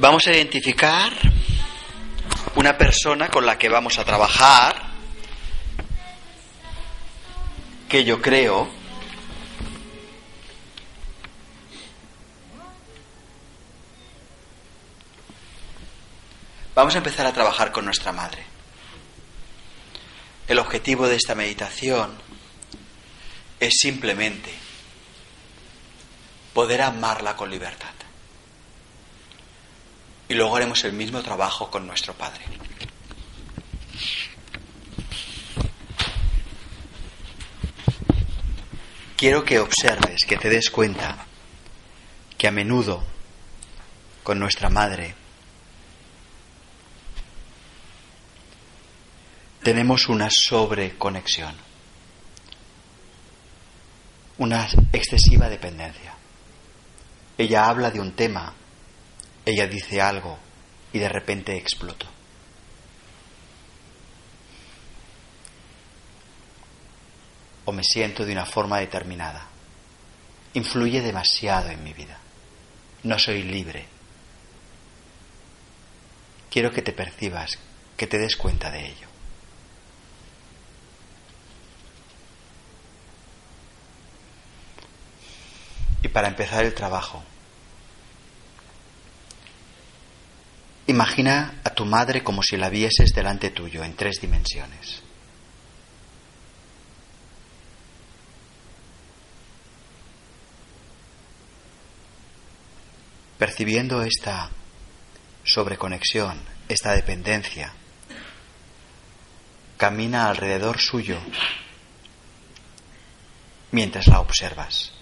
Vamos a identificar una persona con la que vamos a trabajar, que yo creo vamos a empezar a trabajar con nuestra madre. El objetivo de esta meditación es simplemente poder amarla con libertad. Y luego haremos el mismo trabajo con nuestro padre. Quiero que observes, que te des cuenta que a menudo con nuestra madre tenemos una sobreconexión, una excesiva dependencia. Ella habla de un tema, ella dice algo y de repente exploto. O me siento de una forma determinada. Influye demasiado en mi vida. No soy libre. Quiero que te percibas, que te des cuenta de ello. Y para empezar el trabajo, imagina a tu madre como si la vieses delante tuyo en 3 dimensiones. Percibiendo esta sobreconexión, esta dependencia, camina alrededor suyo mientras la observas.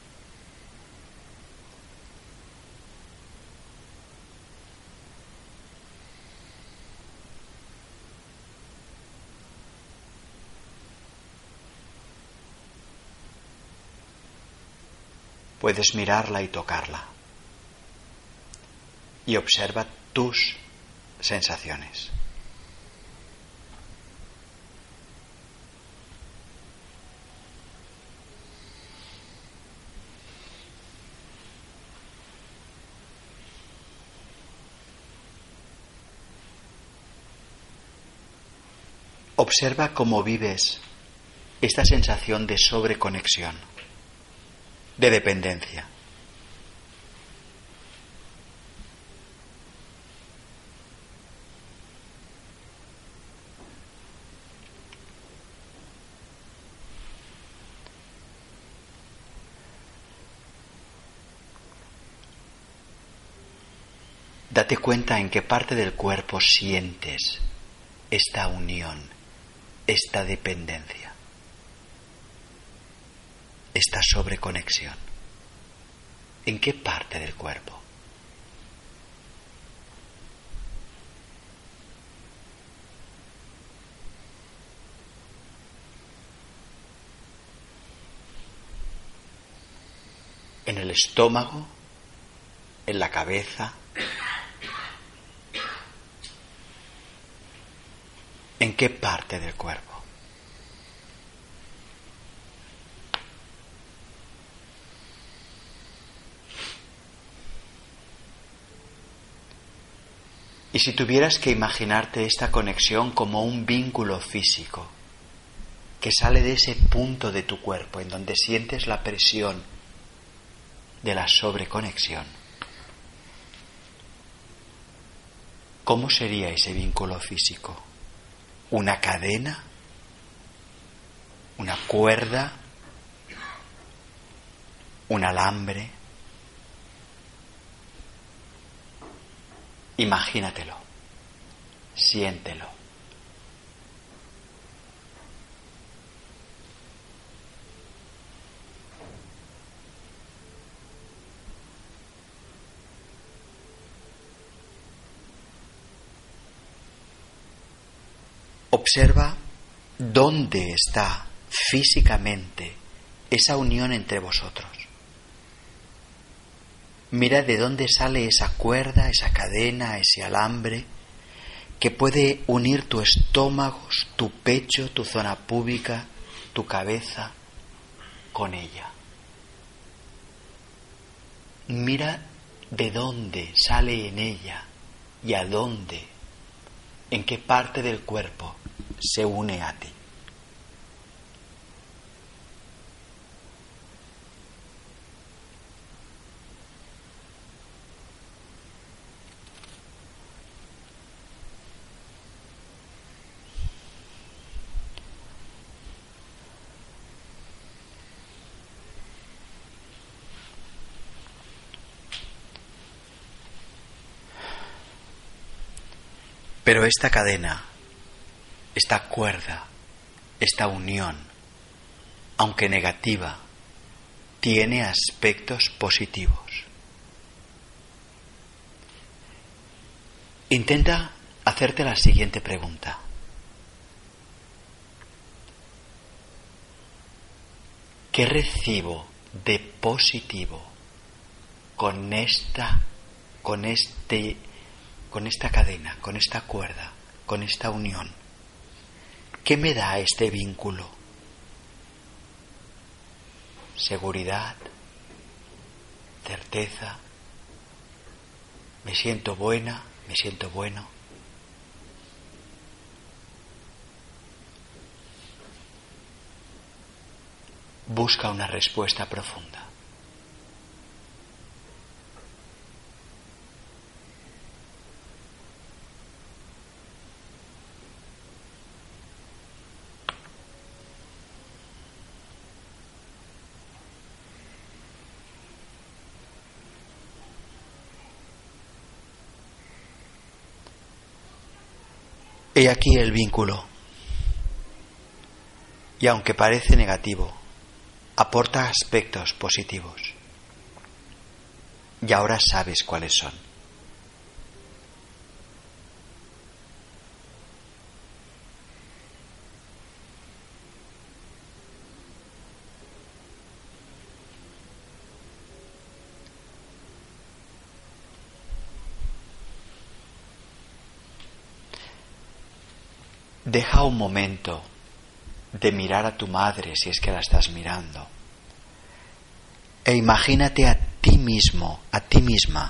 Puedes mirarla y tocarla. Y observa tus sensaciones. Observa cómo vives esta sensación de sobreconexión, de dependencia. Date cuenta en qué parte del cuerpo sientes esta unión, esta dependencia, esta sobreconexión. ¿En qué parte del cuerpo? ¿En el estómago? ¿En la cabeza? ¿En qué parte del cuerpo? Y si tuvieras que imaginarte esta conexión como un vínculo físico que sale de ese punto de tu cuerpo en donde sientes la presión de la sobreconexión, ¿cómo sería ese vínculo físico? ¿Una cadena? ¿Una cuerda? ¿Un alambre? Imagínatelo, siéntelo. Observa dónde está físicamente esa unión entre vosotros. Mira de dónde sale esa cuerda, esa cadena, ese alambre que puede unir tu estómago, tu pecho, tu zona púbica, tu cabeza con ella. Mira de dónde sale en ella y a dónde, en qué parte del cuerpo se une a ti. Pero esta cadena, esta cuerda, esta unión, aunque negativa, tiene aspectos positivos. Intenta hacerte la siguiente pregunta. ¿Qué recibo de positivo con esta cadena, con esta cuerda, con esta unión? ¿Qué me da este vínculo? Seguridad, certeza, me siento buena, me siento bueno. Busca una respuesta profunda. He aquí el vínculo. Y aunque parece negativo, aporta aspectos positivos. Y ahora sabes cuáles son. Deja un momento de mirar a tu madre si es que la estás mirando. E imagínate a ti mismo, a ti misma,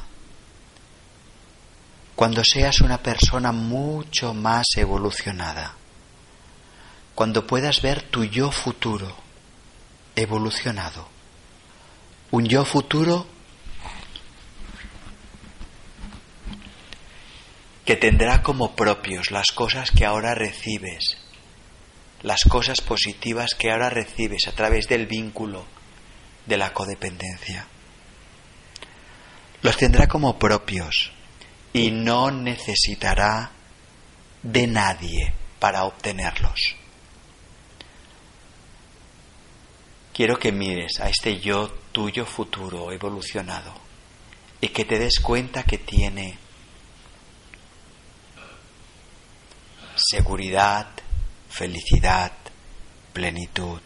cuando seas una persona mucho más evolucionada, cuando puedas ver tu yo futuro evolucionado, un yo futuro que tendrá como propios las cosas que ahora recibes, las cosas positivas que ahora recibes a través del vínculo de la codependencia. Los tendrá como propios y no necesitará de nadie para obtenerlos. Quiero que mires a este yo tuyo futuro evolucionado y que te des cuenta que tiene seguridad, felicidad, plenitud.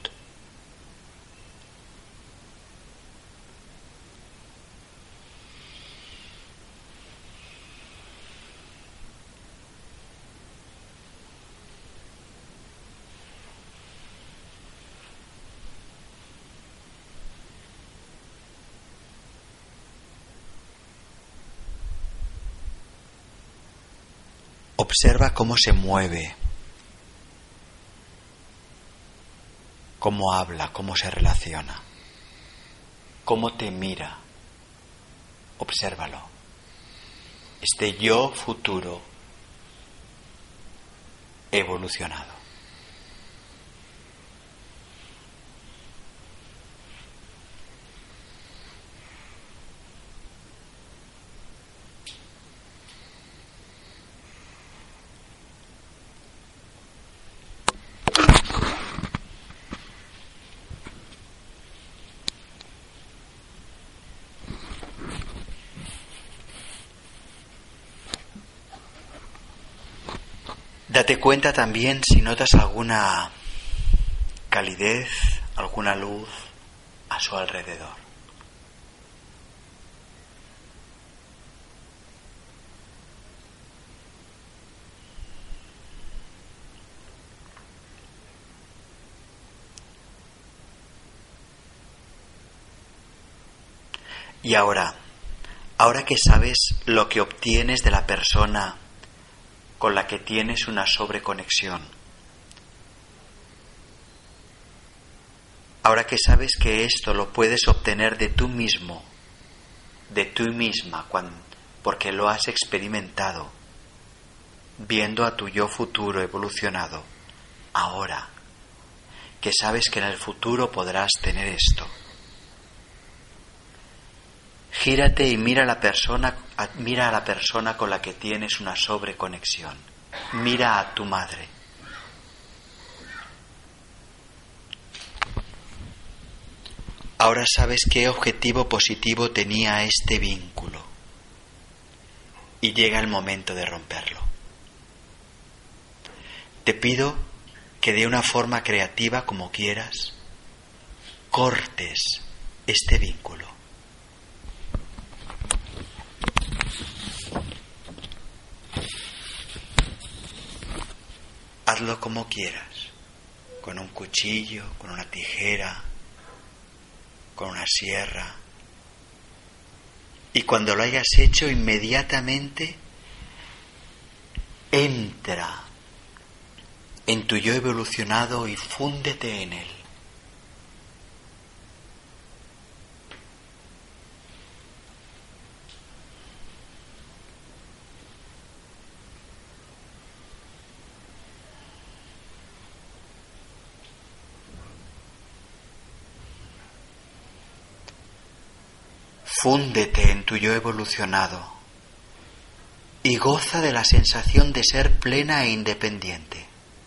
Observa cómo se mueve, cómo habla, cómo se relaciona, cómo te mira. Obsérvalo. Este yo futuro evolucionado. Date cuenta también si notas alguna calidez, alguna luz a su alrededor. Y ahora, Ahora que sabes lo que obtienes de la persona con la que tienes una sobreconexión, ahora que sabes que esto lo puedes obtener de tú mismo, de tú misma, porque lo has experimentado, viendo a tu yo futuro evolucionado, ahora que sabes que en el futuro podrás tener esto, gírate y mira a la persona con la que tienes una sobreconexión. Mira a tu madre. Ahora sabes qué objetivo positivo tenía este vínculo. Y llega el momento de romperlo. Te pido que de una forma creativa, como quieras, cortes este vínculo. Hazlo como quieras, con un cuchillo, con una tijera, con una sierra. Y cuando lo hayas hecho, inmediatamente entra en tu yo evolucionado y fúndete en él. Fúndete en tu yo evolucionado y goza de la sensación de ser plena e independiente.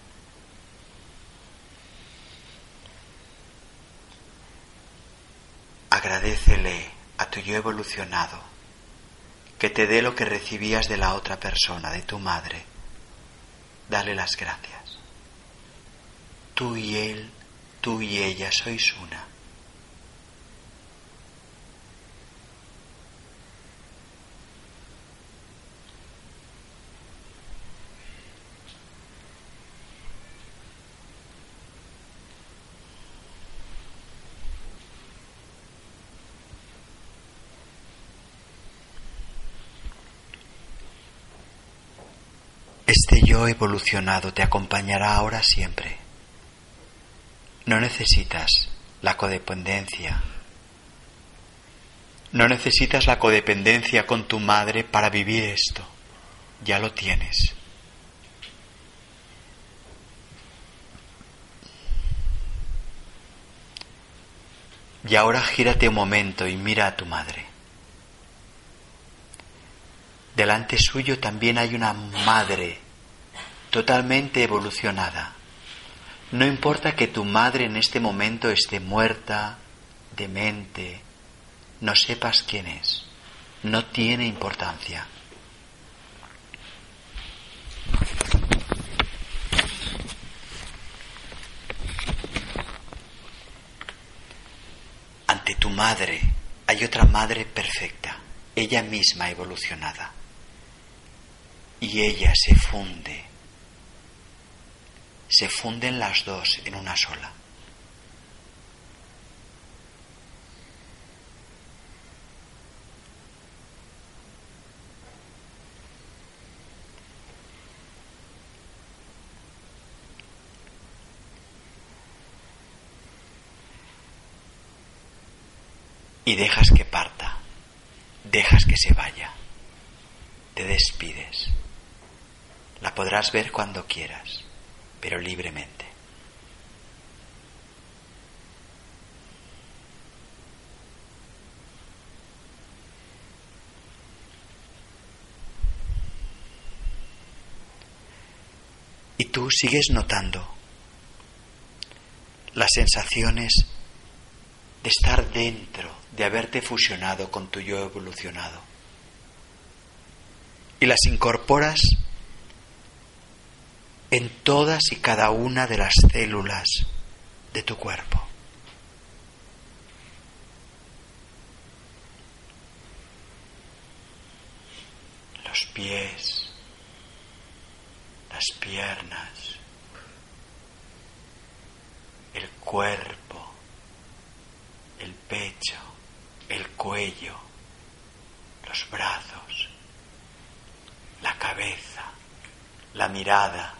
Agradécele a tu yo evolucionado que te dé lo que recibías de la otra persona, de tu madre. Dale las gracias. Tú y él, tú y ella sois una. Este yo evolucionado te acompañará ahora siempre. No necesitas la codependencia. No necesitas la codependencia con tu madre para vivir esto. Ya lo tienes. Y ahora gírate un momento y mira a tu madre. Delante suyo también hay una madre totalmente evolucionada. No importa que tu madre en este momento esté muerta, demente, no sepas quién es. No tiene importancia. Ante tu madre hay otra madre perfecta, ella misma evolucionada. Y ella se funden las dos en una sola. Y dejas que parta, dejas que se vaya, te despides. La podrás ver cuando quieras, pero libremente. Y tú sigues notando las sensaciones de estar dentro, de haberte fusionado con tu yo evolucionado. Y las incorporas en todas y cada una de las células de tu cuerpo. Los pies, las piernas, el cuerpo, el pecho, el cuello, los brazos, la cabeza, la mirada.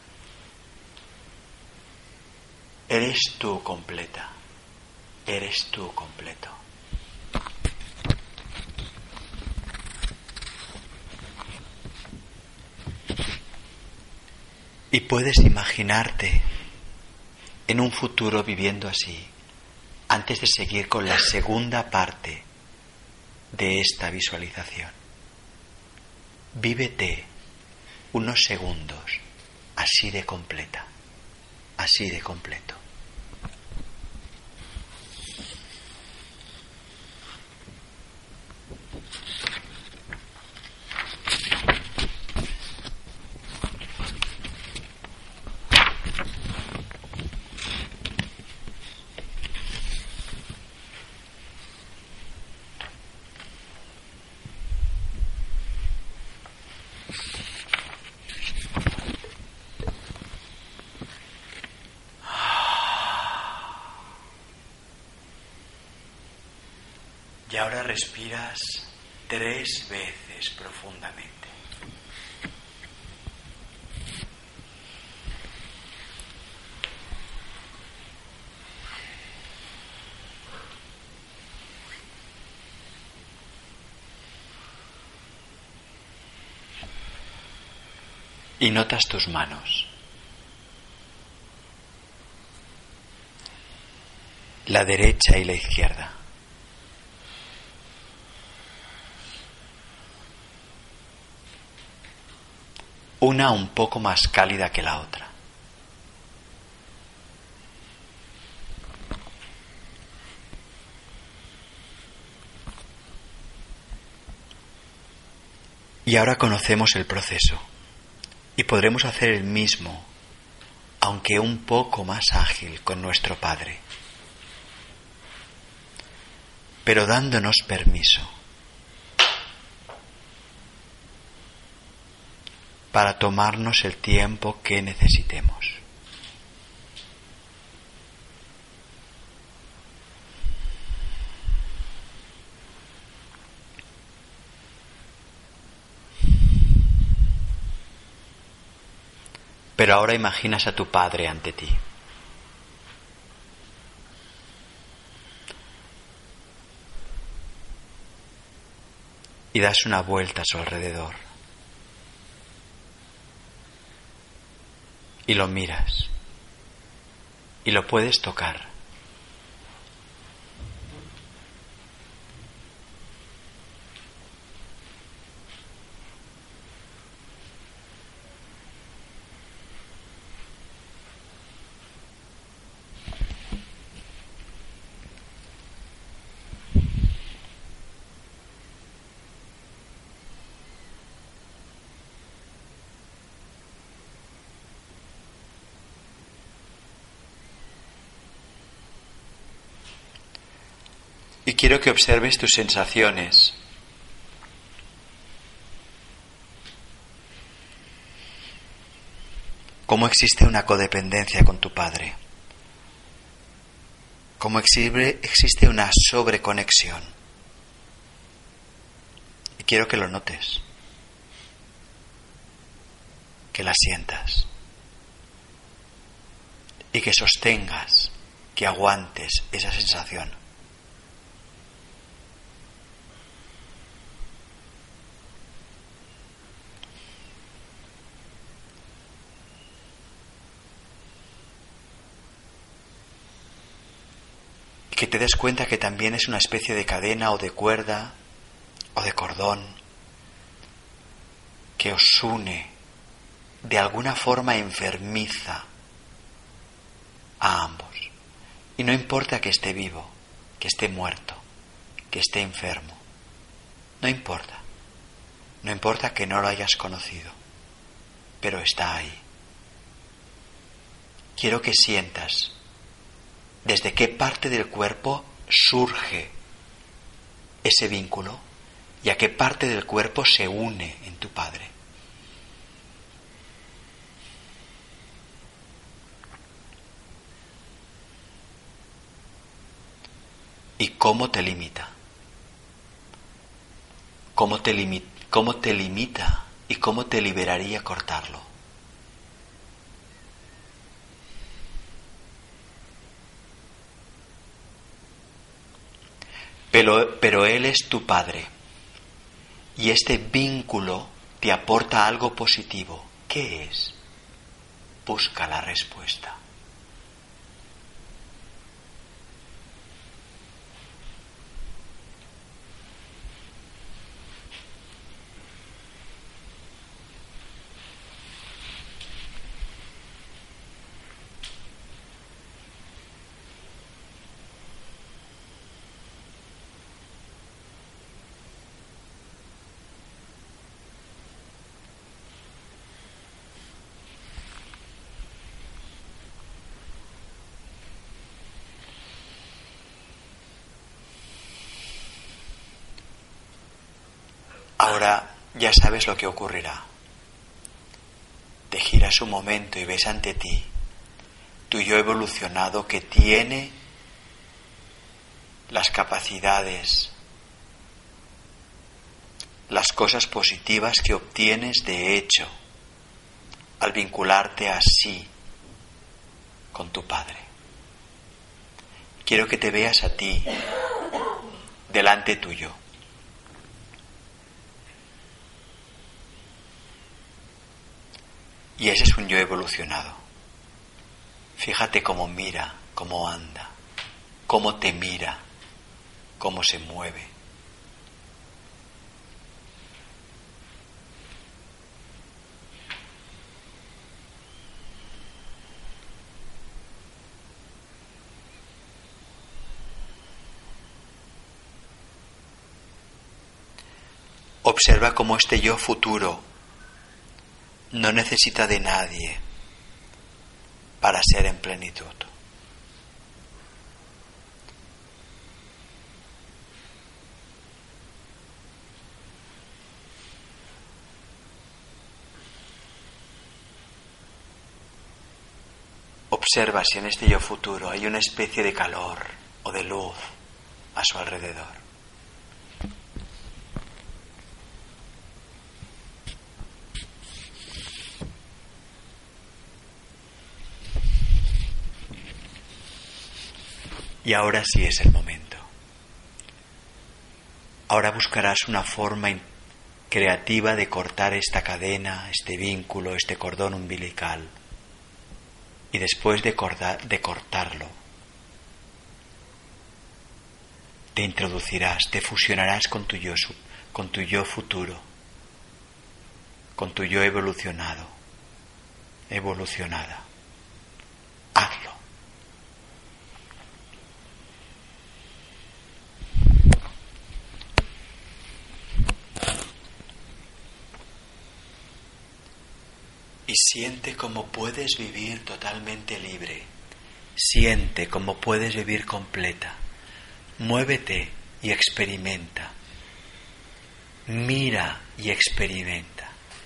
Eres tú completa, eres tú completo. Y puedes imaginarte en un futuro viviendo así, antes de seguir con la segunda parte de esta visualización. Vívete unos segundos así de completa, así de completo. Y ahora respiras 3 veces profundamente. Y notas tus manos. La derecha y la izquierda. Una un poco más cálida que la otra. Y ahora conocemos el proceso y podremos hacer el mismo, aunque un poco más ágil, con nuestro Padre, pero dándonos permiso para tomarnos el tiempo que necesitemos. Pero ahora imaginas a tu Padre ante ti. Y das una vuelta a su alrededor. Y lo miras. Y lo puedes tocar. Y quiero que observes tus sensaciones. Cómo existe una codependencia con tu Padre. Cómo existe una sobreconexión. Y quiero que lo notes. Que la sientas. Y que sostengas, que aguantes esa sensación. Que te des cuenta que también es una especie de cadena o de cuerda o de cordón que os une de alguna forma enfermiza a ambos. Y no importa que esté vivo, que esté muerto, que esté enfermo. No importa. No importa que no lo hayas conocido, pero está ahí. Quiero que sientas desde qué parte del cuerpo surge ese vínculo y a qué parte del cuerpo se une en tu Padre. Y cómo te limita, ¿Cómo te limita y cómo te liberaría cortarlo? Pero Él es tu Padre y este vínculo te aporta algo positivo. ¿Qué es? Busca la respuesta. Ahora ya sabes lo que ocurrirá. Te giras un momento y ves ante ti tu yo evolucionado que tiene las capacidades, las cosas positivas que obtienes de hecho al vincularte así con tu Padre. Quiero que te veas a ti delante tuyo. Y ese es un yo evolucionado. Fíjate cómo mira, cómo anda, cómo te mira, cómo se mueve. Observa cómo este yo futuro no necesita de nadie para ser en plenitud. Observa si en este yo futuro hay una especie de calor o de luz a su alrededor. Y ahora sí es el momento. Ahora buscarás una forma creativa de cortar esta cadena, este vínculo, este cordón umbilical. Y después de cortarlo, te introducirás, te fusionarás con tu yo futuro, con tu yo evolucionado, evolucionada. Hazlo. Y siente cómo puedes vivir totalmente libre. Siente cómo puedes vivir completa. Muévete y experimenta. Mira y experimenta.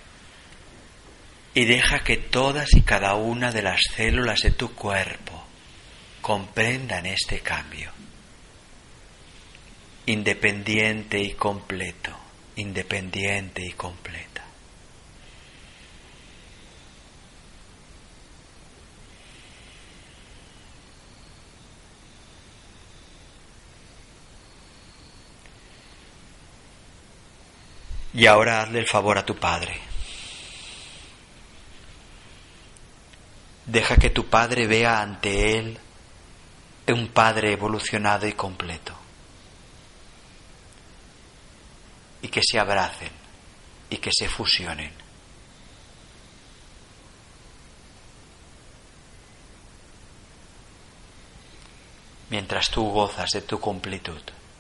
Y deja que todas y cada una de las células de tu cuerpo comprendan este cambio. Independiente y completo. Independiente y completa. Y ahora hazle el favor a tu Padre. Deja que tu Padre vea ante él un Padre evolucionado y completo. Y que se abracen y que se fusionen. Mientras tú gozas de tu completud.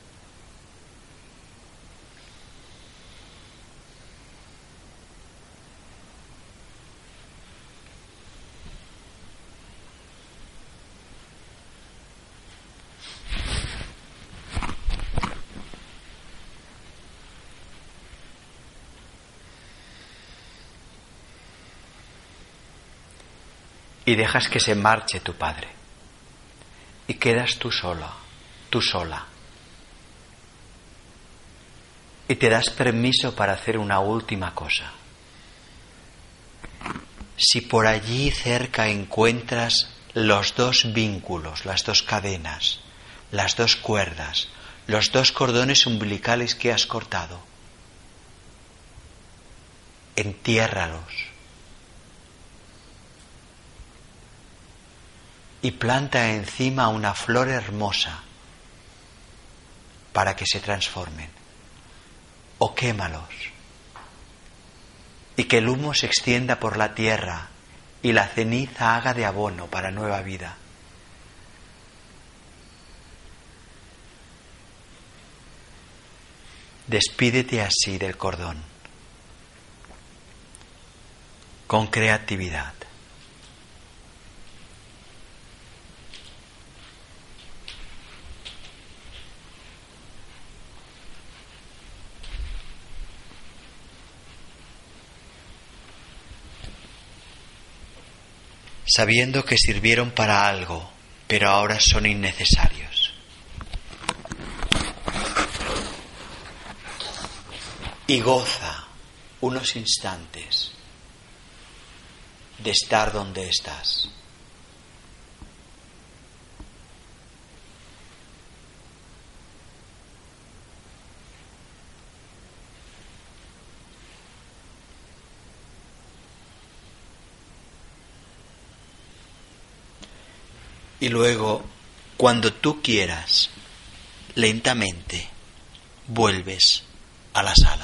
Y dejas que se marche tu Padre. Y quedas tú sola, tú sola. Y te das permiso para hacer una última cosa. Si por allí cerca encuentras los dos vínculos, las dos cadenas, las dos cuerdas, los dos cordones umbilicales que has cortado, entiérralos y planta encima una flor hermosa para que se transformen, o quémalos y que el humo se extienda por la tierra y la ceniza haga de abono para nueva vida. Despídete así del cordón, con creatividad. Sabiendo que sirvieron para algo, pero ahora son innecesarios. Y goza unos instantes de estar donde estás. Y luego, cuando tú quieras, lentamente vuelves a la sala.